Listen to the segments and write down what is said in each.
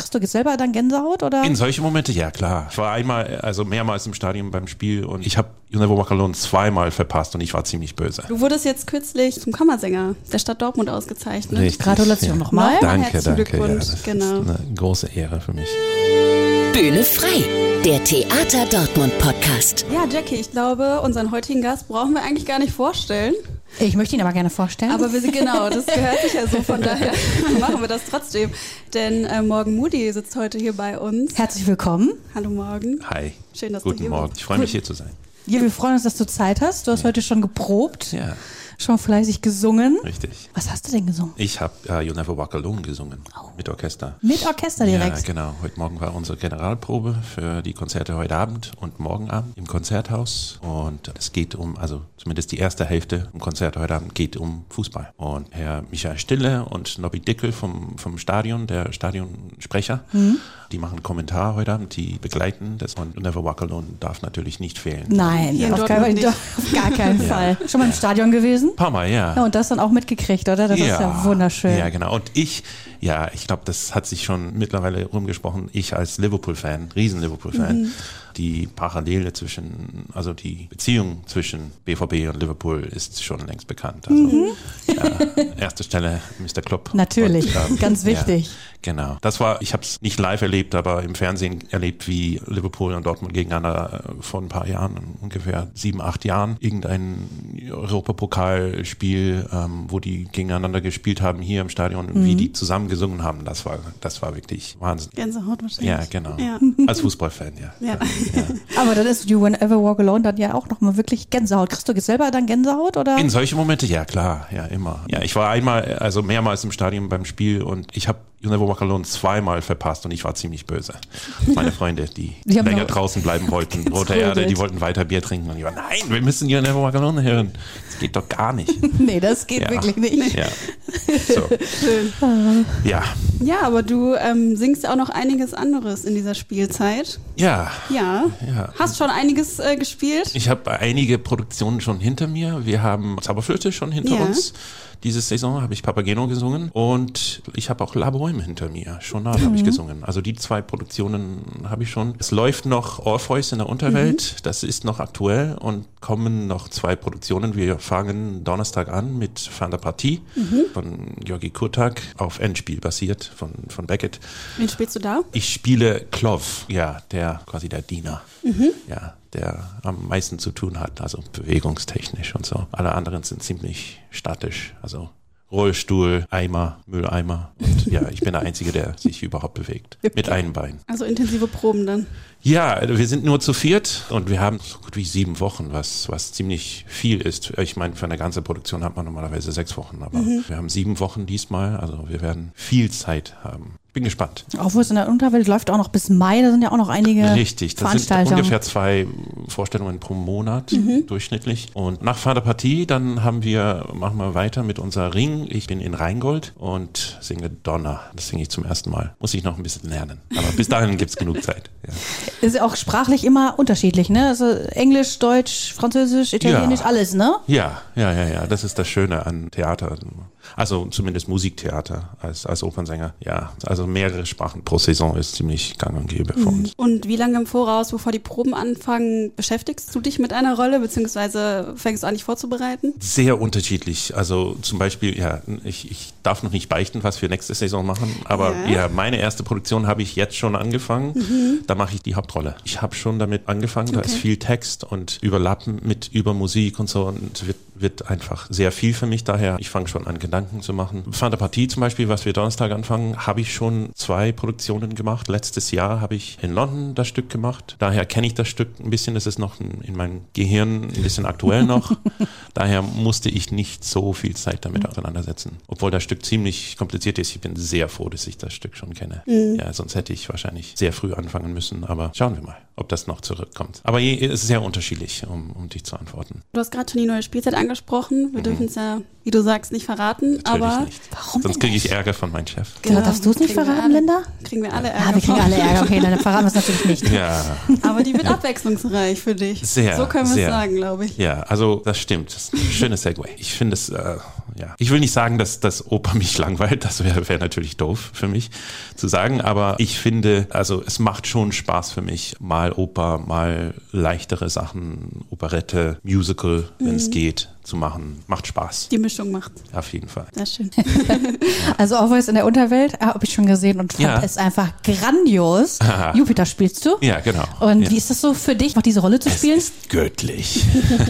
Kriegst du selber dann Gänsehaut, oder? In solche Momente, ja klar. Ich war mehrmals im Stadion beim Spiel und ich habe You Never Walk Alone zweimal verpasst und ich war ziemlich böse. Du wurdest jetzt kürzlich zum Kammersänger der Stadt Dortmund ausgezeichnet. Richtig, Gratulation nochmal. Danke. Herzlichen Ja, Glückwunsch. das Genau. ist eine große Ehre für mich. Bühne frei, der Theater Dortmund Podcast. Ja, Jackie, ich glaube, unseren heutigen Gast brauchen wir eigentlich gar nicht vorstellen. Ich möchte ihn aber gerne vorstellen. Aber genau, das gehört sich ja so, von daher machen wir das trotzdem. Denn Morgan Moody sitzt heute hier bei uns. Herzlich willkommen. Hallo Morgan. Hi. Schön, dass du Guten hier Morgen. bist. Ich freue mich, hier zu sein. Ja, wir freuen uns, dass du Zeit hast. Du hast heute schon geprobt, Ja, schon fleißig gesungen. richtig. Was hast du denn gesungen? Ich habe You Never Walk Alone gesungen mit Orchester. Mit Orchester direkt. Ja, genau. Heute Morgen war unsere Generalprobe für die Konzerte heute Abend und morgen Abend im Konzerthaus. Und es geht also zumindest die erste Hälfte im Konzert heute Abend geht um Fußball. Und Herr Michael Stille und Nobby Dickel vom Stadion, der Stadionsprecher, die machen einen Kommentar heute Abend, die begleiten das. Und You Never Walk Alone darf natürlich nicht fehlen. Nein, Hier in auf Dortmund nicht. gar keinen Fall. Schon mal im Stadion gewesen? Ein paar Mal, ja. Ja, und das dann auch mitgekriegt, oder? Das ist ja wunderschön. Ja, genau. Und ich glaube, das hat sich schon mittlerweile rumgesprochen. Ich als Liverpool-Fan, Riesen-Liverpool-Fan, die Parallele also die Beziehung zwischen BVB und Liverpool ist schon längst bekannt. Also, erste Stelle Mr. Klopp. Natürlich, Und, ganz wichtig. Ja, genau. Ich habe es nicht live erlebt, aber im Fernsehen erlebt, wie Liverpool und Dortmund gegeneinander vor ein paar Jahren, ungefähr 7, 8 Jahren, irgendein Europapokalspiel, wo die gegeneinander gespielt haben hier im Stadion und wie die zusammen gesungen haben. Das war wirklich Wahnsinn. Gänsehaut wahrscheinlich. Ja, genau. Ja. Als Fußballfan, ja. Ja. Aber dann ist You Never Walk Alone dann ja auch nochmal wirklich Gänsehaut. Kriegst du selber dann Gänsehaut, oder? In solche Momente, ja klar, ja immer. Ja, ich war mehrmals im Stadion beim Spiel und ich habe You Never Walk Alone zweimal verpasst und ich war ziemlich böse. Meine Freunde, die haben länger noch draußen bleiben wollten, Rote Erde, die wollten weiter Bier trinken und ich war, nein, wir müssen You Never Walk Alone hören. Das geht doch gar nicht. Nee, das geht wirklich nicht. Ja. So. Schön. Ja. Ja, aber du singst auch noch einiges anderes in dieser Spielzeit. Ja. Ja. Ja. Hast schon einiges gespielt? Ich habe einige Produktionen schon hinter mir. Wir haben Zauberflöte schon hinter uns. Diese Saison habe ich Papageno gesungen und ich habe auch La Bohème hinter mir. Journal habe ich gesungen. Also die 2 Produktionen habe ich schon. Es läuft noch Orpheus in der Unterwelt. Das ist noch aktuell und kommen noch 2 Produktionen. Wir fangen Donnerstag an mit Van der Partie von Georgi Kurtak auf Endspiel basiert von Beckett. Wen spielst du da? Ich spiele Klov, quasi der Diener. Ja, der am meisten zu tun hat, also bewegungstechnisch und so. Alle anderen sind ziemlich statisch, also Rollstuhl, Eimer, Mülleimer. Und ja, ich bin der Einzige, der sich überhaupt bewegt. Mit einem Bein. Also intensive Proben dann. Ja, wir sind nur zu 4 und wir haben so gut wie 7 Wochen, was ziemlich viel ist. Ich meine, für eine ganze Produktion hat man normalerweise 6 Wochen, aber wir haben 7 Wochen diesmal, also wir werden viel Zeit haben. Ich bin gespannt. Obwohl es in der Unterwelt läuft auch noch bis Mai, da sind ja auch noch einige Richtig, das sind ungefähr 2 Vorstellungen pro Monat durchschnittlich. Und nach Van der Partie, dann machen wir weiter mit unser Ring. Ich bin in Rheingold und singe Donner. Das singe ich zum ersten Mal. Muss ich noch ein bisschen lernen. Aber bis dahin gibt's genug Zeit. Ja. Ist ja auch sprachlich immer unterschiedlich, ne? Also Englisch, Deutsch, Französisch, Italienisch, alles, ne? Ja. Das ist das Schöne an Theater. Also zumindest Musiktheater als Opernsänger. Ja, also mehrere Sprachen pro Saison ist ziemlich gang und gäbe für uns. Und wie lange im Voraus, bevor die Proben anfangen, beschäftigst du dich mit einer Rolle, beziehungsweise fängst du an, dich vorzubereiten? Sehr unterschiedlich. Also zum Beispiel, ich darf noch nicht beichten, was wir nächste Saison machen, aber meine erste Produktion habe ich jetzt schon angefangen. Da mache ich die Hauptrolle. Ich habe schon damit angefangen, da ist viel Text und Überlappen über Musik und so und wird einfach sehr viel für mich daher. Ich fange schon an, Gedanken zu machen. Van der Partie zum Beispiel, was wir Donnerstag anfangen, habe ich schon 2 Produktionen gemacht. Letztes Jahr habe ich in London das Stück gemacht. Daher kenne ich das Stück ein bisschen. Das ist noch in meinem Gehirn ein bisschen aktuell noch. Daher musste ich nicht so viel Zeit damit auseinandersetzen. Obwohl das Stück ziemlich kompliziert ist. Ich bin sehr froh, dass ich das Stück schon kenne. Ja, sonst hätte ich wahrscheinlich sehr früh anfangen müssen. Aber schauen wir mal, ob das noch zurückkommt. Aber es ist sehr unterschiedlich, um dich zu antworten. Du hast gerade schon die neue Spielzeit angesprochen. Wir dürfen es ja, wie du sagst, nicht verraten. Natürlich aber nicht. Warum Sonst kriege ich Ärger von meinem Chef. Genau, darfst du es nicht kriegen wir verraten, alle. Linda? Kriegen wir alle Ärger. Wir kriegen alle Ärger. Okay, dann verraten wir es natürlich nicht. Ja, Aber die wird abwechslungsreich für dich. sehr. So können wir sehr. es sagen, glaube ich. Ja, also das stimmt. Das ist ein schönes Segway. Ich finde es, ja. Ich will nicht sagen, dass das Oper mich langweilt, das wäre natürlich doof für mich zu sagen, aber ich finde, also es macht schon Spaß für mich, mal Oper, mal leichtere Sachen, Operette, Musical, wenn es geht, zu machen. Macht Spaß. Die Mischung macht. Auf jeden Fall. Sehr schön. Also Always in der Unterwelt habe ich schon gesehen und fand es einfach grandios. Jupiter spielst du? Ja, genau. Und wie ist das so für dich, noch diese Rolle zu spielen? Es ist göttlich.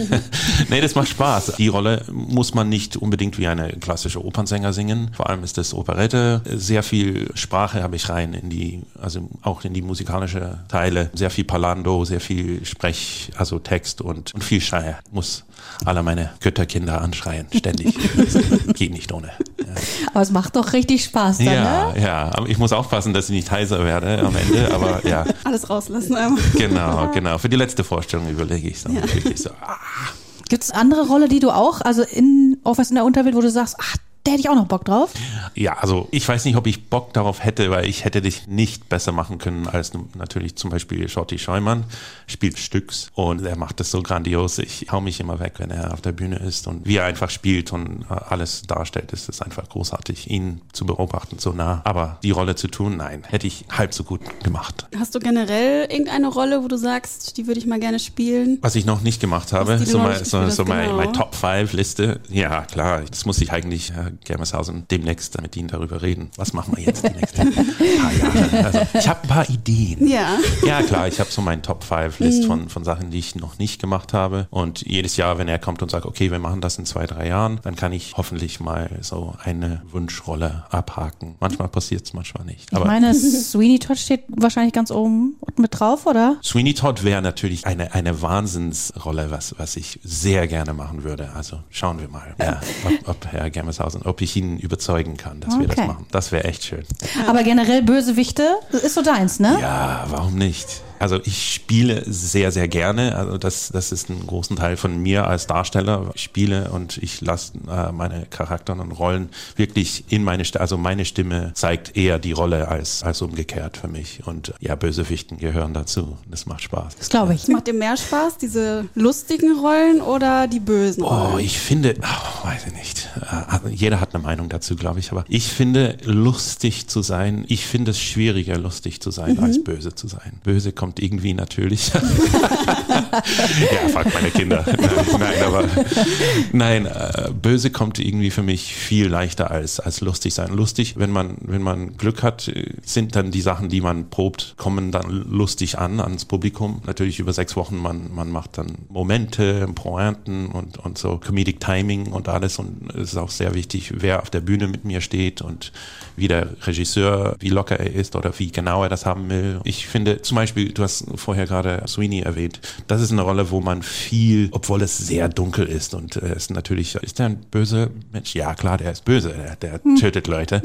Nee, das macht Spaß. Die Rolle muss man nicht unbedingt wie eine klassische Opernsänger singen. Vor allem ist das Operette. Sehr viel Sprache habe ich rein also auch in die musikalische Teile. Sehr viel Parlando, sehr viel also Text und viel Schreie. Muss alle meine Götterkinder anschreien, ständig. Das geht nicht ohne. Ja. Aber es macht doch richtig Spaß dann, ne? Ja, aber ich muss aufpassen, dass ich nicht heiser werde am Ende, aber ja. Alles rauslassen einmal. Genau. Für die letzte Vorstellung überlege ich es dann wirklich so. Gibt es andere Rolle, die du auch, also in Always in der Unterwelt, wo du sagst, da hätte ich auch noch Bock drauf? Ja, also ich weiß nicht, ob ich Bock darauf hätte, weil ich hätte dich nicht besser machen können als natürlich zum Beispiel Shorty Scheumann, spielt Stücks und er macht das so grandios. Ich hau mich immer weg, wenn er auf der Bühne ist und wie er einfach spielt und alles darstellt, ist es einfach großartig, ihn zu beobachten so nah. Aber die Rolle zu tun, nein, hätte ich halb so gut gemacht. Hast du generell irgendeine Rolle, wo du sagst, die würde ich mal gerne spielen? Was ich noch nicht gemacht habe, meine Top 5 Liste, ja klar, das muss ich eigentlich Germershausen demnächst mit Ihnen darüber reden. Was machen wir jetzt die nächsten paar Jahre? Also, ich habe ein paar Ideen. Ja klar, ich habe so meinen Top 5 List von Sachen, die ich noch nicht gemacht habe. Und jedes Jahr, wenn er kommt und sagt, okay, wir machen das in 2-3 Jahren, dann kann ich hoffentlich mal so eine Wunschrolle abhaken. Manchmal passiert es, manchmal nicht. Aber ich meine, Sweeney Todd steht wahrscheinlich ganz oben mit drauf, oder? Sweeney Todd wäre natürlich eine Wahnsinnsrolle, was ich sehr gerne machen würde. Also schauen wir mal, ob Herr Germershausen, ob ich ihn überzeugen kann, dass wir das machen. Das wäre echt schön. Aber generell Bösewichte ist so deins, ne? Ja, warum nicht? Also ich spiele sehr, sehr gerne. Also das ist ein großen Teil von mir als Darsteller. Ich spiele und ich lasse meine Charaktere und Rollen wirklich in meine Stimme. Also meine Stimme zeigt eher die Rolle als umgekehrt für mich. Und ja, Bösewichten gehören dazu. Das macht Spaß. Das glaube ich. Macht dir mehr Spaß, diese lustigen Rollen oder die bösen Rollen? Ich finde, weiß ich nicht. Jeder hat eine Meinung dazu, glaube ich. Aber ich finde, lustig zu sein, ich finde es schwieriger, lustig zu sein, als böse zu sein. Böse kommt irgendwie natürlich. Ja, fragt meine Kinder. Nein, böse kommt irgendwie für mich viel leichter als lustig sein. Lustig, wenn man Glück hat, sind dann die Sachen, die man probt, kommen dann lustig ans Publikum. Natürlich über 6 Wochen, man macht dann Momente, Pointen und so Comedic Timing und alles und es ist auch sehr wichtig, wer auf der Bühne mit mir steht und wie der Regisseur, wie locker er ist oder wie genau er das haben will. Ich finde zum Beispiel, du hast vorher gerade Sweeney erwähnt, das ist eine Rolle, wo man viel, obwohl es sehr dunkel ist und es natürlich, ist der ein böser Mensch? Ja klar, der ist böse, der tötet Leute,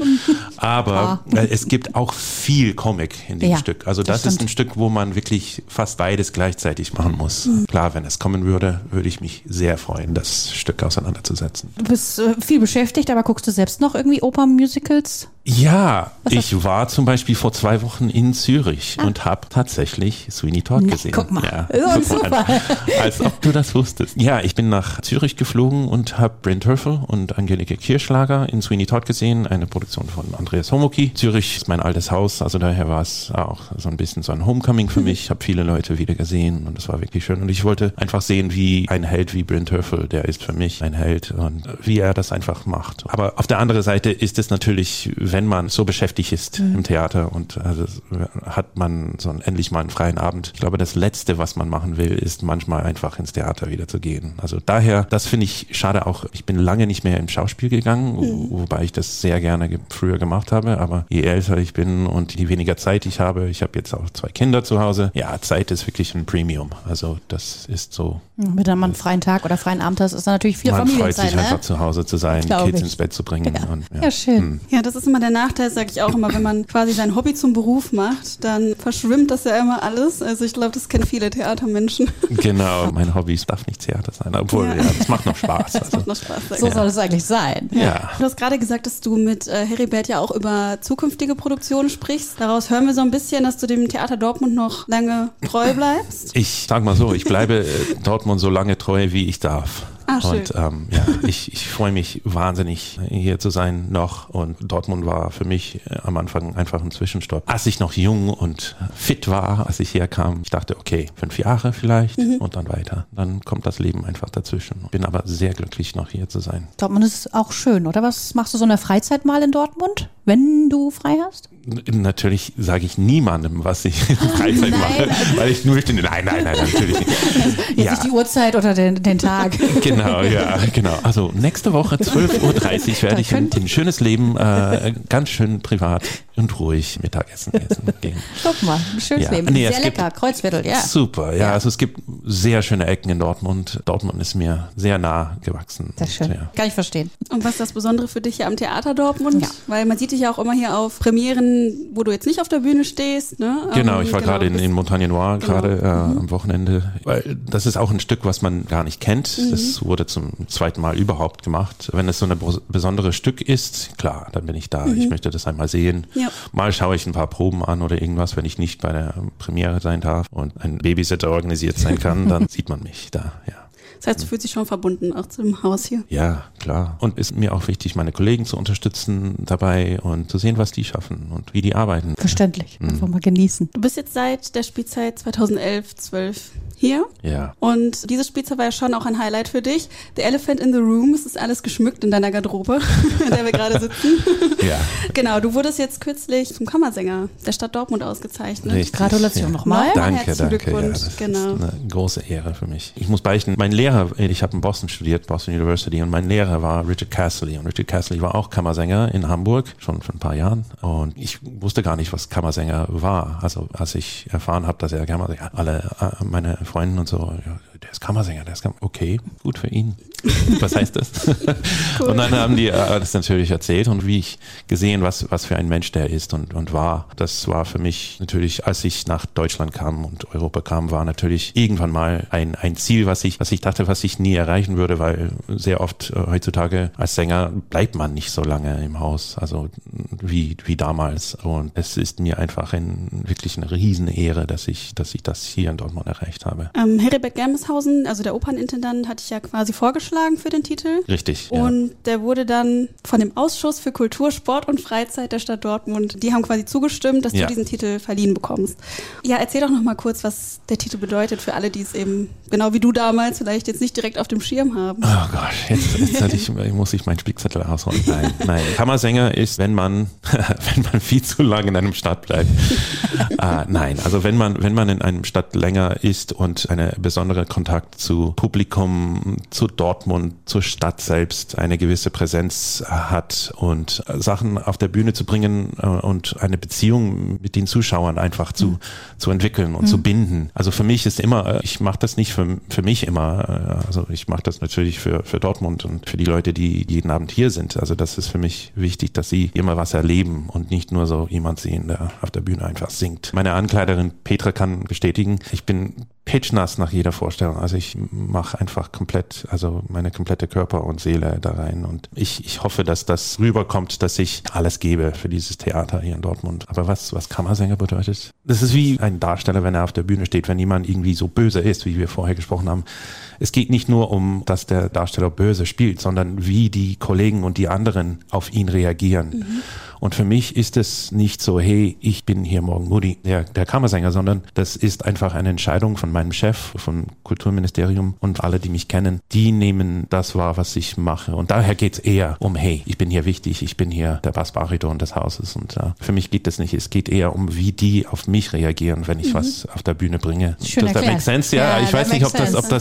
aber es gibt auch viel Comic in dem Stück. Also das ist ein Stück, wo man wirklich fast beides gleichzeitig machen muss. Klar, wenn es kommen würde ich mich sehr freuen, das Stück auseinanderzusetzen. Du bist viel beschäftigt, aber guckst du selbst noch irgendwie Opernmusicals? Ja, ich war zum Beispiel vor 2 Wochen in Zürich und habe tatsächlich Sweeney Todd gesehen. Guck mal, ja, super. Als ob du das wusstest. Ja, ich bin nach Zürich geflogen und habe Bryn Terfel und Angelika Kirschlager in Sweeney Todd gesehen, eine Produktion von Andreas Homoki. Zürich ist mein altes Haus, also daher war es auch so ein bisschen so ein Homecoming für mich. Ich habe viele Leute wieder gesehen und es war wirklich schön. Und ich wollte einfach sehen, wie ein Held wie Bryn Terfel, der ist für mich ein Held und wie er das einfach macht. Aber auf der anderen Seite ist es natürlich, wenn man so beschäftigt ist im Theater und also hat man endlich mal einen freien Abend. Ich glaube, das Letzte, was man machen will, ist manchmal einfach ins Theater wieder zu gehen. Also daher, das finde ich schade auch. Ich bin lange nicht mehr im Schauspiel gegangen, wobei ich das sehr gerne früher gemacht habe, aber je älter ich bin und je weniger Zeit ich habe jetzt auch 2 Kinder zu Hause. Ja, Zeit ist wirklich ein Premium. Also das ist so. Wenn man einen freien Tag oder freien Abend hast, ist da natürlich viel Familienzeit. Man freut sich einfach zu Hause zu sein, Kids ins Bett zu bringen. Ja, und, ja schön. Ja, das ist immer der Nachteil, sage ich auch immer, wenn man quasi sein Hobby zum Beruf macht, dann verschwimmt das ja immer alles. Also ich glaube, das kennen viele Theatermenschen. Genau, mein Hobby darf nicht Theater sein, obwohl das macht noch Spaß. Das macht noch Spaß. So soll es eigentlich sein. Ja. Du hast gerade gesagt, dass du mit Heribert ja auch über zukünftige Produktionen sprichst. Daraus hören wir so ein bisschen, dass du dem Theater Dortmund noch lange treu bleibst. Ich sag mal so, ich bleibe Dortmund so lange treu, wie ich darf. schön. Und ich freue mich wahnsinnig, hier zu sein noch. Und Dortmund war für mich am Anfang einfach ein Zwischenstopp. Als ich noch jung und fit war, als ich herkam, ich dachte, okay, 5 Jahre vielleicht und dann weiter. Dann kommt das Leben einfach dazwischen. Bin aber sehr glücklich, noch hier zu sein. Dortmund ist auch schön, oder? Was machst du so in der Freizeit mal in Dortmund, wenn du frei hast? Natürlich sage ich niemandem, was ich in der Freizeit mache, weil ich nur möchte. Nein, natürlich nicht. Jetzt nicht die Uhrzeit oder den Tag. Genau. Also nächste Woche 12.30 Uhr werde ich ein schönes Leben, ganz schön privat und ruhig Mittagessen gehen. Guck mal, ein schönes Leben. Sehr lecker, Kreuzviertel, ja. Super, ja. Also es gibt sehr schöne Ecken in Dortmund. Dortmund ist mir sehr nah gewachsen. Sehr schön. Kann ich verstehen. Und was ist das Besondere für dich hier am Theater Dortmund? Ja. Weil man sieht dich ja auch immer hier auf Premieren, wo du jetzt nicht auf der Bühne stehst. Ne? Genau, ich war gerade in Montagne Noire am Wochenende. Weil das ist auch ein Stück, was man gar nicht kennt. Das wurde zum 2. Mal überhaupt gemacht. Wenn es so ein besonderes Stück ist, klar, dann bin ich da. Ich möchte das einmal sehen. Ja. Mal schaue ich ein paar Proben an oder irgendwas, wenn ich nicht bei der Premiere sein darf und ein Babysitter organisiert sein kann, dann sieht man mich da, ja. Das heißt, du fühlst dich schon verbunden auch zu dem Haus hier? Ja, klar. Und ist mir auch wichtig, meine Kollegen zu unterstützen dabei und zu sehen, was die schaffen und wie die arbeiten. Verständlich. Einfach mal genießen. Du bist jetzt seit der Spielzeit 2011/12 hier. Ja. Und diese Spielzeit war ja schon auch ein Highlight für dich. The Elephant in the Room, es ist alles geschmückt in deiner Garderobe, in der wir gerade sitzen. Ja. Genau, du wurdest jetzt kürzlich zum Kammersänger der Stadt Dortmund ausgezeichnet. Richtig. Gratulation nochmal. Danke. Glückwunsch. Ja, das genau. ist eine große Ehre für mich. Ich muss beichten, mein Lehrer, ich habe in Boston studiert, Boston University, und mein Lehrer war Richard Castley. Und Richard Castley war auch Kammersänger in Hamburg, schon vor ein paar Jahren. Und ich wusste gar nicht, was Kammersänger war. Also als ich erfahren habe, dass er Kammersänger, alle meine Freunde und so, ja, der ist Kammersänger, okay, gut für ihn. Was heißt das? Cool. Und dann haben die das natürlich erzählt und wie ich gesehen, was für ein Mensch der ist und war. Das war für mich natürlich, als ich nach Deutschland kam und Europa kam, war natürlich irgendwann mal ein Ziel, was ich dachte, was ich nie erreichen würde, weil sehr oft heutzutage als Sänger bleibt man nicht so lange im Haus, also wie damals. Und es ist mir einfach wirklich eine Riesenehre, dass ich das hier in Dortmund erreicht habe. Heribert Germeshausen, also der Opernintendant, hatte ich ja quasi vorgeschlagen für den Titel. Richtig, ja. Und der wurde dann von dem Ausschuss für Kultur, Sport und Freizeit der Stadt Dortmund, die haben quasi zugestimmt, dass du diesen Titel verliehen bekommst. Ja, erzähl doch nochmal kurz, was der Titel bedeutet für alle, die es eben, genau wie du damals, vielleicht jetzt nicht direkt auf dem Schirm haben. Oh Gott, jetzt muss ich meinen Spickzettel ausholen. Nein. Kammersänger ist, wenn man viel zu lange in einem Stadt bleibt. Nein, also wenn man in einem Stadt länger ist und eine besondere Kontakt zu Publikum, zu Dortmund, zur Stadt selbst eine gewisse Präsenz hat und Sachen auf der Bühne zu bringen und eine Beziehung mit den Zuschauern einfach zu entwickeln und zu binden. Also für mich ist immer, ich mache das nicht für mich immer, also ich mache das natürlich für Dortmund und für die Leute, die jeden Abend hier sind. Also das ist für mich wichtig, dass sie immer was erleben und nicht nur so jemand sehen, der auf der Bühne einfach singt. Meine Ankleiderin Petra kann bestätigen, ich bin pitchnass nach jeder Vorstellung. Also ich mache einfach meine komplette Körper und Seele da rein. Und ich hoffe, dass das rüberkommt, dass ich alles gebe für dieses Theater hier in Dortmund. Aber was Kammersänger bedeutet? Das ist wie ein Darsteller, wenn er auf der Bühne steht, wenn jemand irgendwie so böse ist, wie wir vorher gesprochen haben. Es geht nicht nur um, dass der Darsteller böse spielt, sondern wie die Kollegen und die anderen auf ihn reagieren. Und für mich ist es nicht so, hey, ich bin hier morgen Mutti, der Kammersänger, sondern das ist einfach eine Entscheidung von meinem Chef, vom Kulturministerium und alle, die mich kennen, die nehmen das wahr, was ich mache. Und daher geht's eher um, hey, ich bin hier wichtig, ich bin hier der Bassbariton des Hauses. Und für mich geht das nicht. Es geht eher um, wie die auf mich reagieren, wenn ich was auf der Bühne bringe. Schön Does that make sense? Ja, ich weiß nicht, ob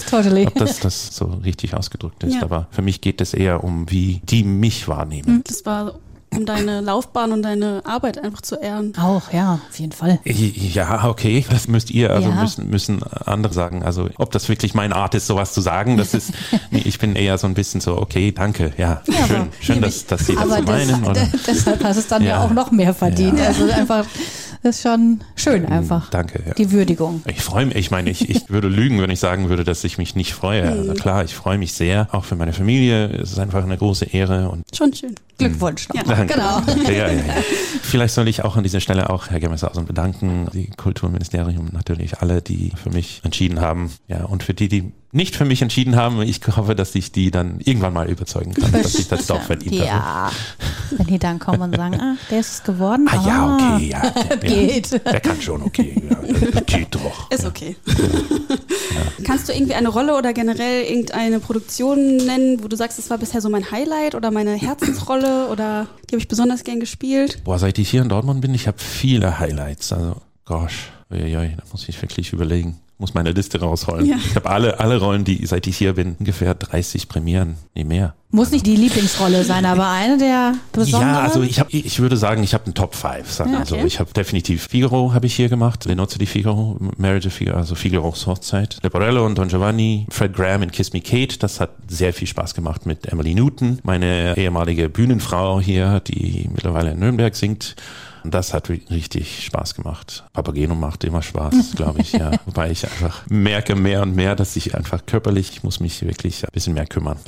das so richtig ausgedrückt ist, aber für mich geht es eher um, wie die mich wahrnehmen. Das war um deine Laufbahn und deine Arbeit einfach zu ehren. Auch, ja, auf jeden Fall. Ja, okay, das müsst ihr, also müssen andere sagen. Also ob das wirklich meine Art ist, sowas zu sagen, das ist, ich bin eher so ein bisschen so, okay, danke, schön, dass Sie das so meinen. Deshalb hast du es dann ja auch noch mehr verdient. Also einfach, das ist schon schön einfach. Danke. Ja. Die Würdigung. Ich freue mich. Ich meine, ich würde lügen, wenn ich sagen würde, dass ich mich nicht freue. Also klar, ich freue mich sehr. Auch für meine Familie. Es ist einfach eine große Ehre. Und schon schön. Glückwunsch. Ja. Danke. Genau. Ja. Vielleicht soll ich auch an dieser Stelle auch Herr Gemessausen bedanken, die Kulturministerium, natürlich alle, die für mich entschieden haben. Ja, und für die nicht für mich entschieden haben, ich hoffe, dass ich die dann irgendwann mal überzeugen kann, dass ich das doch verdient habe. Ja, wenn die dann kommen und sagen, der ist es geworden. Ja, okay, ja. Geht. Der kann schon, okay. Ja, geht doch. Ist okay. Kannst du irgendwie eine Rolle oder generell irgendeine Produktion nennen, wo du sagst, das war bisher so mein Highlight oder meine Herzensrolle oder die habe ich besonders gern gespielt? Boah, seit ich hier in Dortmund bin, ich habe viele Highlights. Also, gosh, da muss ich wirklich überlegen. Muss meine Liste rausholen. Ja. Ich habe alle Rollen, die seit ich hier bin, ungefähr 30 Premieren, nie mehr. Muss nicht die Lieblingsrolle sein, aber eine der besonderen? Ja, also ich würde sagen, ich habe einen Top 5. Ja, okay. Also ich habe definitiv Figaro habe ich hier gemacht, Lenozzo di Figaro, Marriage of Figaro, also Figaros Hochzeit, Leporello und Don Giovanni, Fred Graham in Kiss Me Kate, das hat sehr viel Spaß gemacht mit Emily Newton, meine ehemalige Bühnenfrau hier, die mittlerweile in Nürnberg singt. Das hat richtig Spaß gemacht. Papageno macht immer Spaß, glaube ich, ja. Wobei ich einfach merke mehr und mehr, dass ich einfach körperlich, ich muss mich wirklich ein bisschen mehr kümmern.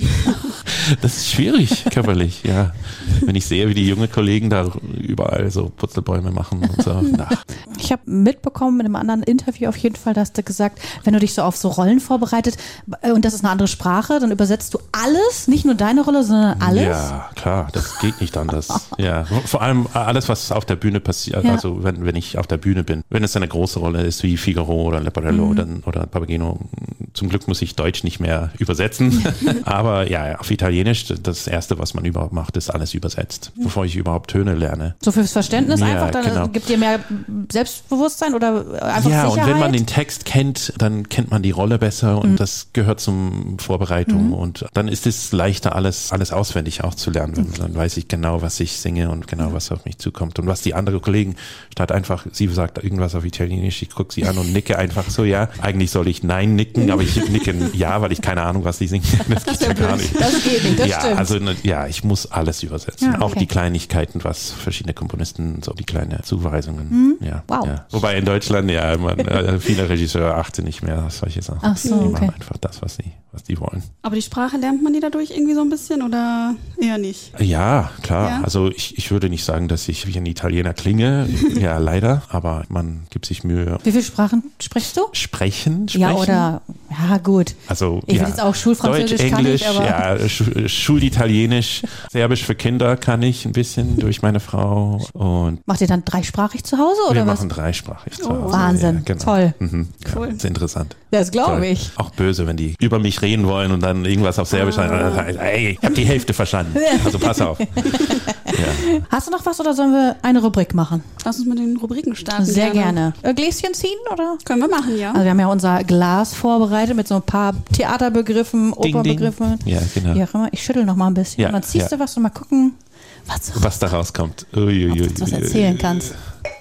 Das ist schwierig, körperlich, ja. Wenn ich sehe, wie die jungen Kollegen da überall so Purzelbäume machen und so. Ich habe mitbekommen in einem anderen Interview auf jeden Fall, da hast du gesagt, wenn du dich so auf so Rollen vorbereitet und das ist eine andere Sprache, dann übersetzt du alles, nicht nur deine Rolle, sondern alles? Ja, klar, das geht nicht anders. Ja, vor allem alles, was auf der Bühne passiert, also wenn ich auf der Bühne bin. Wenn es eine große Rolle ist wie Figaro oder Leporello oder Papageno, zum Glück muss ich Deutsch nicht mehr übersetzen. Aber ja, auf Italienisch, das Erste, was man überhaupt macht, ist alles übersetzt, bevor ich überhaupt Töne lerne. So fürs Verständnis einfach, dann gibt dir mehr Selbstbewusstsein oder einfach Sicherheit? Ja, und wenn man den Text kennt, dann kennt man die Rolle besser und das gehört zum Vorbereitung und dann ist es leichter, alles auswendig auch zu lernen. Dann weiß ich genau, was ich singe und genau, was auf mich zukommt und was die andere Kollegen, statt einfach, sie sagt irgendwas auf Italienisch, ich gucke sie an und nicke einfach so, ja, eigentlich soll ich Nein nicken, aber ich nicke ja, weil ich keine Ahnung, was sie singt. Das geht ja gar nicht. Das geht nicht, das stimmt. Also ich muss alles übersetzen. Ja, okay. Auch die Kleinigkeiten, was verschiedene Komponisten, so die kleinen Zuweisungen. Ja, wow. Ja. Wobei in Deutschland, viele Regisseure achten nicht mehr auf solche Sachen. Ach so, die machen einfach das, was die wollen. Aber die Sprache lernt man die dadurch irgendwie so ein bisschen oder eher nicht? Ja, klar. Ja? Also ich würde nicht sagen, dass ich wie ein Italiener klinge. Ja, leider. Aber man gibt sich Mühe. Wie viele Sprachen sprichst du? Sprechen? Ja, oder, ja gut. Also, ich will jetzt auch Schulfranzösisch Deutsch, Englisch, kann ich, aber Schulitalienisch, Serbisch für Kinder kann ich ein bisschen durch meine Frau. Und macht ihr dann dreisprachig zu Hause oder was? Wir machen dreisprachig zu Hause. Wahnsinn, ja, genau. Toll. Mhm. Cool. Ja, das ist interessant. Das glaube ich. Auch böse, wenn die über mich reden wollen und dann irgendwas auf Serbisch sagen, dann sagen, ey, ich habe die Hälfte verstanden. Also pass auf. Ja. Hast du noch was oder sollen wir eine Rubrik machen? Lass uns mit den Rubriken starten. Sehr gerne. Gläschen ziehen, oder? Können wir machen, ja. Also wir haben ja unser Glas vorbereitet mit so ein paar Theaterbegriffen, Opernbegriffen. Ja, genau. Wie auch immer. Ich schüttel noch mal ein bisschen. Und dann ziehst du was und mal gucken, was da rauskommt. Ob du was erzählen kannst.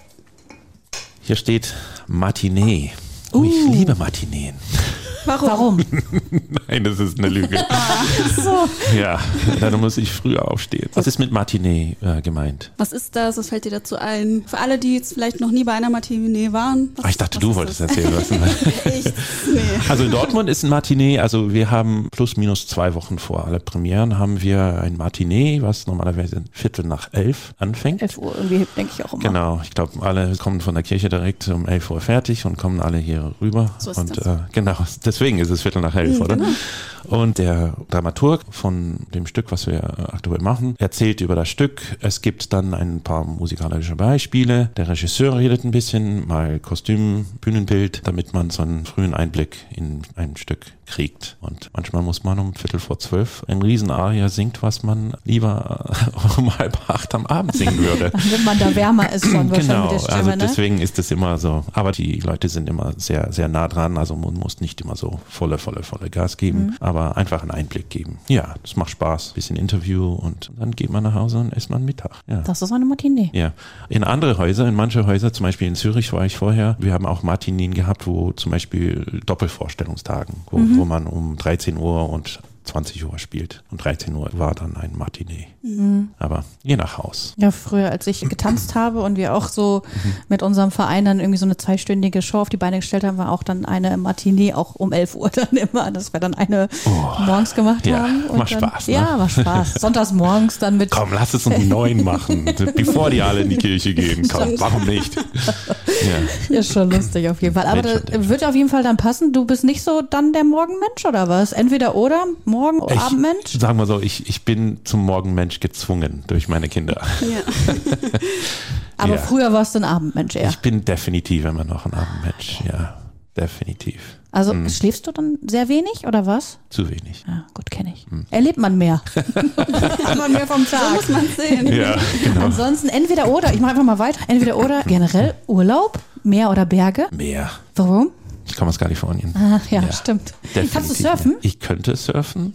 Hier steht Matinee. Ich liebe Matineen. Warum? Nein, das ist eine Lüge. So. Ja, dann muss ich früher aufstehen. Was ist mit Matinee gemeint? Was ist das? Was fällt dir dazu ein? Für alle, die jetzt vielleicht noch nie bei einer Matinee waren. Ich dachte, du wolltest erzählen lassen. Nee. Also in Dortmund ist ein Matinee, also wir haben plus minus 2 Wochen vor alle Premieren haben wir ein Matinee, was normalerweise 11:45 anfängt. 11 Uhr irgendwie, denke ich auch immer. Genau, ich glaube, alle kommen von der Kirche direkt um 11 Uhr fertig und kommen alle hier rüber. So ist und das. Genau, deswegen ist es 11:45, oder? Genau. Und der Dramaturg von dem Stück, was wir aktuell machen, erzählt über das Stück. Es gibt dann ein paar musikalische Beispiele. Der Regisseur redet ein bisschen, mal Kostüm, Bühnenbild, damit man so einen frühen Einblick in ein Stück kriegt. Und manchmal muss man um 11:45 ein Riesenaria singt, was man lieber um 7:30 am Abend singen würde. Wenn man da wärmer ist schon wahrscheinlich Genau, mit der Stimme, also ne? deswegen ist es immer so. Aber die Leute sind immer sehr, sehr nah dran, also man muss nicht immer so volle Gas geben, aber einfach einen Einblick geben. Ja, das macht Spaß. Bisschen Interview und dann geht man nach Hause und isst man Mittag. Ja. Das ist eine Matinee. Ja. In manche Häuser, zum Beispiel in Zürich war ich vorher, wir haben auch Matineen gehabt, wo zum Beispiel Doppelvorstellungstagen, wo man um 13 Uhr und 20 Uhr spielt. Und 13 Uhr war dann ein Matinee. Aber je nach Haus. Ja, früher, als ich getanzt habe und wir auch so mit unserem Verein dann irgendwie so eine 2-stündige Show auf die Beine gestellt haben, war auch dann eine Matinee, auch um 11 Uhr dann immer, dass wir dann eine morgens gemacht haben. Und macht dann, Spaß. Ne? Ja, war Spaß. Sonntags morgens dann mit... Komm, lass es um 9 machen, bevor die alle in die Kirche gehen. Komm, warum nicht? Ja, schon lustig auf jeden Fall. Aber das wird auf jeden Fall dann passen. Du bist nicht so dann der Morgenmensch oder was? Entweder oder, Morgen- oder Abendmensch? Sagen wir so, ich bin zum Morgenmensch gezwungen durch meine Kinder. Ja. Aber früher warst du ein Abendmensch eher. Ich bin definitiv immer noch ein Abendmensch, ja, definitiv. Also schläfst du dann sehr wenig oder was? Zu wenig. Ja, gut, kenne ich. Erlebt man mehr. Hat man mehr vom Tag. So muss man sehen. Ja, genau. Ansonsten entweder oder, ich mache einfach mal weiter, entweder oder, generell Urlaub, Meer oder Berge. Mehr. Warum? Ich komme aus Kalifornien. Ach ja, stimmt. Definitiv. Kannst du surfen? Ich könnte surfen.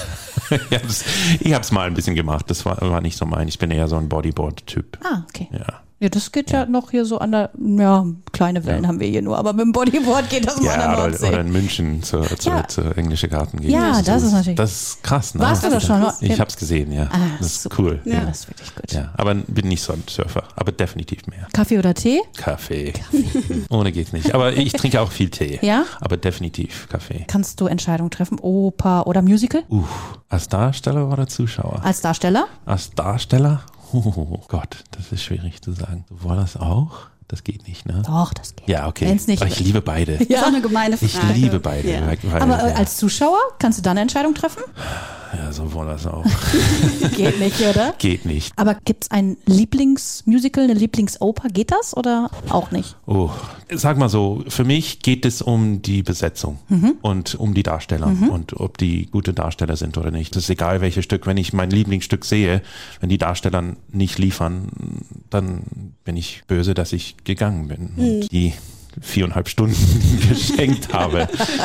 Ich hab's mal ein bisschen gemacht. Das war nicht so mein. Ich bin eher so ein Bodyboard-Typ. Ah, okay. Ja. Ja, das geht ja noch hier so an der, kleine Wellen haben wir hier nur, aber mit dem Bodyboard geht das mal an der Nordsee. Oder in München zur englische Garten gehen. Ja, das ist natürlich. Das ist krass. Ne? Warst du da schon? Ich hab's gesehen, ja. Das ist super. cool. Ja, das ist wirklich gut. Ja, aber bin nicht so ein Surfer, aber definitiv mehr. Kaffee oder Tee? Kaffee. Ohne geht's nicht. Aber ich trinke auch viel Tee. Ja? Aber definitiv Kaffee. Kannst du Entscheidungen treffen? Oper oder Musical? Als Darsteller oder Zuschauer? Als Darsteller? Als Darsteller? Oh Gott, das ist schwierig zu sagen. Du wolltest das auch? Das geht nicht, ne? Doch, das geht. Ja, okay. Wenn's nicht aber ich liebe beide. Das ist auch eine gemeine Frage. Ich liebe beide. Ja. Aber als Zuschauer kannst du da eine Entscheidung treffen? Ja, so wollen das auch. Geht nicht, oder? Geht nicht. Aber gibt es ein Lieblingsmusical, eine Lieblingsoper? Geht das oder auch nicht? Oh, sag mal so, für mich geht es um die Besetzung und um die Darsteller und ob die gute Darsteller sind oder nicht. Es ist egal, welches Stück. Wenn ich mein Lieblingsstück sehe, wenn die Darsteller nicht liefern, dann bin ich böse, dass ich gegangen bin. Und die 4,5 Stunden geschenkt habe.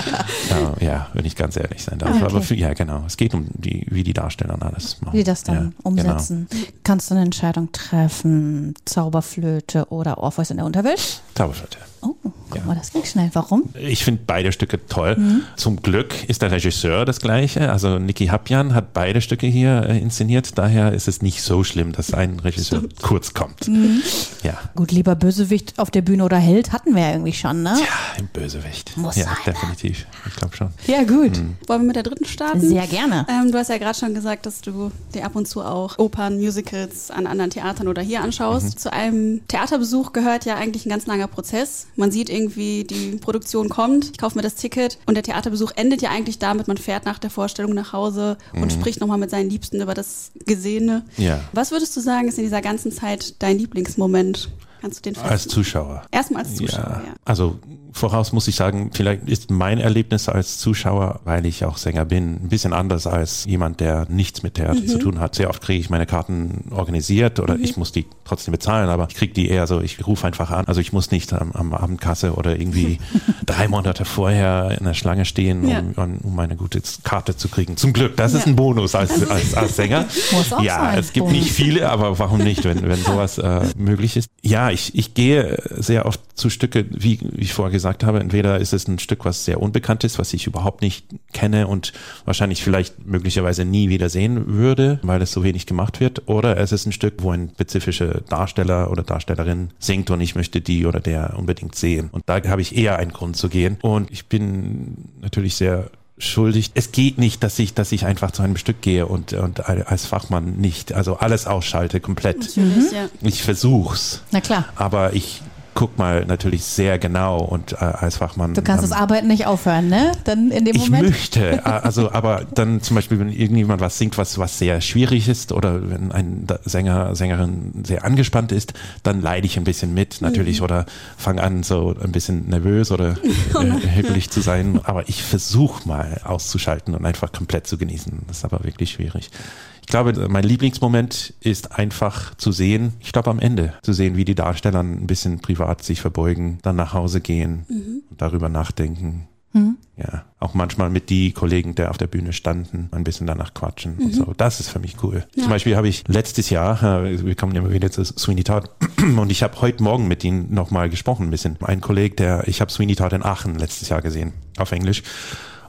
Ja, wenn ich ganz ehrlich sein darf. Okay. Aber ja, genau. Es geht um wie die Darsteller alles machen. Wie das dann umsetzen. Genau. Kannst du eine Entscheidung treffen? Zauberflöte oder Orpheus in der Unterwelt? Zauberflöte. Oh, guck mal, das ging schnell. Warum? Ich finde beide Stücke toll. Zum Glück ist der Regisseur das Gleiche. Also Niki Habjan hat beide Stücke hier inszeniert. Daher ist es nicht so schlimm, dass ein Regisseur kurz kommt. Ja. Gut, lieber Bösewicht auf der Bühne oder Held hatten wir ja irgendwie schon, ne? Ja, ein Bösewicht. Muss ja, sein. definitiv. Ich glaube schon. Ja, gut. Wollen wir mit der dritten starten? Sehr gerne. Du hast ja gerade schon gesagt, dass du dir ab und zu auch Opern, Musicals an anderen Theatern oder hier anschaust. Zu einem Theaterbesuch gehört ja eigentlich ein ganz langer Prozess. Man sieht irgendwie, die Produktion kommt, ich kaufe mir das Ticket und der Theaterbesuch endet ja eigentlich damit, man fährt nach der Vorstellung nach Hause und spricht nochmal mit seinen Liebsten über das Gesehene. Ja. Was würdest du sagen, ist in dieser ganzen Zeit dein Lieblingsmoment? Kannst du den fassen? Als Zuschauer. Erstmal als Zuschauer, ja. Also voraus muss ich sagen, vielleicht ist mein Erlebnis als Zuschauer, weil ich auch Sänger bin, ein bisschen anders als jemand, der nichts mit Theater zu tun hat. Sehr oft kriege ich meine Karten organisiert oder ich muss die trotzdem bezahlen, aber ich kriege die eher so, ich rufe einfach an. Also ich muss nicht am Abendkasse oder irgendwie 3 Monate vorher in der Schlange stehen, um meine gute Karte zu kriegen. Zum Glück, das ist ein Bonus als Sänger. Muss auch sein. Es gibt Bonus. nicht viele, aber warum nicht, wenn sowas möglich ist. Ja, ich gehe sehr oft zu Stücke, wie ich vorher gesagt habe, entweder ist es ein Stück, was sehr unbekannt ist, was ich überhaupt nicht kenne und wahrscheinlich vielleicht möglicherweise nie wieder sehen würde, weil es so wenig gemacht wird, oder es ist ein Stück, wo ein spezifischer Darsteller oder Darstellerin singt und ich möchte die oder der unbedingt sehen. Und da habe ich eher einen Grund zu gehen. Und ich bin natürlich sehr schuldig. Es geht nicht, dass ich einfach zu einem Stück gehe und als Fachmann nicht, also alles ausschalte komplett. Natürlich, ja. Ich versuch's. Na klar. Aber ich guck mal natürlich sehr genau und als Fachmann. Du kannst das Arbeiten nicht aufhören, ne? Dann in dem Moment. Ich möchte, aber dann zum Beispiel, wenn irgendjemand was singt, was sehr schwierig ist oder wenn ein Sängerin sehr angespannt ist, dann leide ich ein bisschen mit natürlich oder fange an so ein bisschen nervös oder hibbelig zu sein. Aber ich versuche mal auszuschalten und einfach komplett zu genießen. Das ist aber wirklich schwierig. Ich glaube, mein Lieblingsmoment ist einfach zu sehen, ich glaube am Ende, zu sehen, wie die Darsteller ein bisschen privat sich verbeugen, dann nach Hause gehen und darüber nachdenken. Ja, auch manchmal mit die Kollegen, die auf der Bühne standen, ein bisschen danach quatschen und so. Das ist für mich cool. Ja. Zum Beispiel habe ich letztes Jahr, wir kommen immer wieder zu Sweeney Todd, und ich habe heute Morgen mit ihnen nochmal gesprochen ein bisschen. Ein Kollege, ich habe Sweeney Todd in Aachen letztes Jahr gesehen, auf Englisch.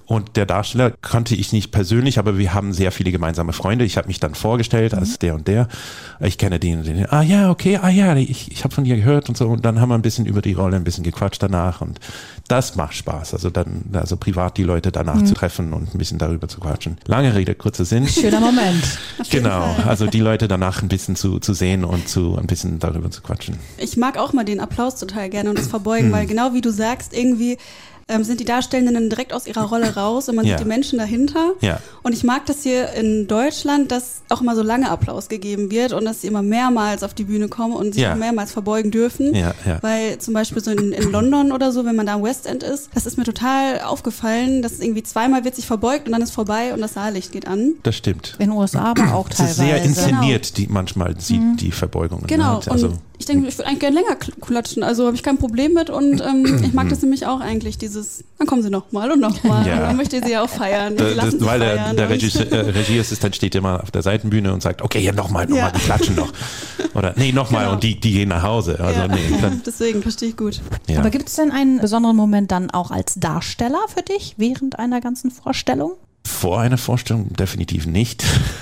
Und der Darsteller kannte ich nicht persönlich, aber wir haben sehr viele gemeinsame Freunde. Ich habe mich dann vorgestellt als der und der. Ich kenne den und den. Ah ja, okay, ich habe von dir gehört und so. Und dann haben wir ein bisschen über die Rolle ein bisschen gequatscht danach. Und das macht Spaß. Also privat die Leute danach zu treffen und ein bisschen darüber zu quatschen. Lange Rede, kurzer Sinn. Schöner Moment. Genau, also die Leute danach ein bisschen zu sehen und ein bisschen darüber zu quatschen. Ich mag auch mal den Applaus total gerne und das Verbeugen, weil genau wie du sagst, irgendwie sind die Darstellenden direkt aus ihrer Rolle raus und man sieht die Menschen dahinter. Ja. Und ich mag das hier in Deutschland, dass auch immer so lange Applaus gegeben wird und dass sie immer mehrmals auf die Bühne kommen und sich auch mehrmals verbeugen dürfen. Ja. Weil zum Beispiel so in London oder so, wenn man da am West End ist, das ist mir total aufgefallen, dass irgendwie zweimal wird sich verbeugt und dann ist vorbei und das Saallicht geht an. Das stimmt. In den USA aber auch teilweise. Es ist sehr inszeniert, manchmal die Verbeugungen. Genau, halt. Also, und ich denke, ich würde eigentlich gerne länger klatschen, also habe ich kein Problem mit und ich mag das nämlich auch eigentlich, dann kommen sie nochmal und nochmal und dann möchte ich sie auch feiern. Weil der Regieassistent steht immer auf der Seitenbühne und sagt, okay, ja nochmal, die klatschen noch. Oder nee, nochmal und die gehen nach Hause. Also, deswegen verstehe ich gut. Ja. Aber gibt es denn einen besonderen Moment dann auch als Darsteller für dich während einer ganzen Vorstellung? Vor einer Vorstellung definitiv nicht.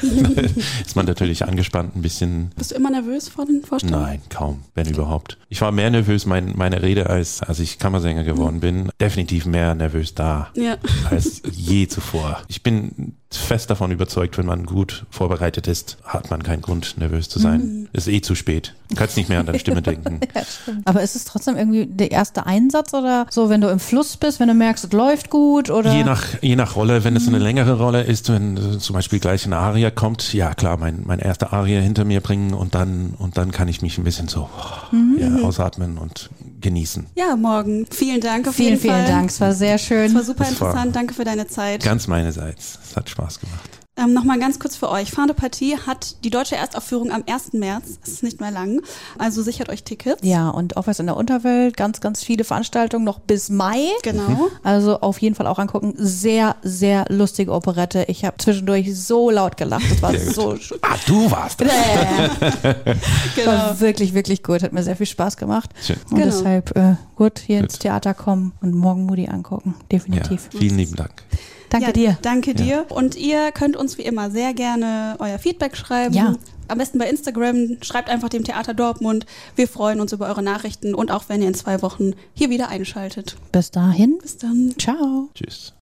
Ist man natürlich angespannt ein bisschen. Bist du immer nervös vor den Vorstellungen? Nein, kaum, wenn überhaupt. Ich war mehr nervös meine Rede, als ich Kammersänger geworden bin. Definitiv mehr nervös da als je zuvor. Ich bin fest davon überzeugt, wenn man gut vorbereitet ist, hat man keinen Grund, nervös zu sein. Ist zu spät. Du kannst nicht mehr an deine Stimme denken. Aber ist es trotzdem irgendwie der erste Einsatz oder so, wenn du im Fluss bist, wenn du merkst, es läuft gut? Oder? Je nach Rolle, wenn es eine längere Rolle ist, wenn zum Beispiel gleich eine Arie kommt, ja klar, mein erster Arie hinter mir bringen und dann kann ich mich ein bisschen so ausatmen und genießen. Ja, Morgen. Vielen Dank auf jeden Fall. Vielen Dank, es war sehr schön. Es war super interessant, danke für deine Zeit. Ganz meinerseits, es hat Spaß gemacht. Nochmal ganz kurz für euch. Fin de Partie hat die deutsche Erstaufführung am 1. März. Es ist nicht mehr lang. Also sichert euch Tickets. Ja, und auch was in der Unterwelt. Ganz, ganz viele Veranstaltungen noch bis Mai. Genau. Also auf jeden Fall auch angucken. Sehr, sehr lustige Operette. Ich habe zwischendurch so laut gelacht. Das war so schön. Ah, du warst das. Genau. War wirklich, wirklich gut. Hat mir sehr viel Spaß gemacht. Schön. Und deshalb gut hier ins Theater kommen und morgen Moody angucken. Definitiv. Ja, vielen lieben Dank. Danke dir. Danke dir. Und ihr könnt uns wie immer sehr gerne euer Feedback schreiben. Ja. Am besten bei Instagram. Schreibt einfach dem Theater Dortmund. Wir freuen uns über eure Nachrichten und auch wenn ihr in 2 Wochen hier wieder einschaltet. Bis dahin. Bis dann. Ciao. Tschüss.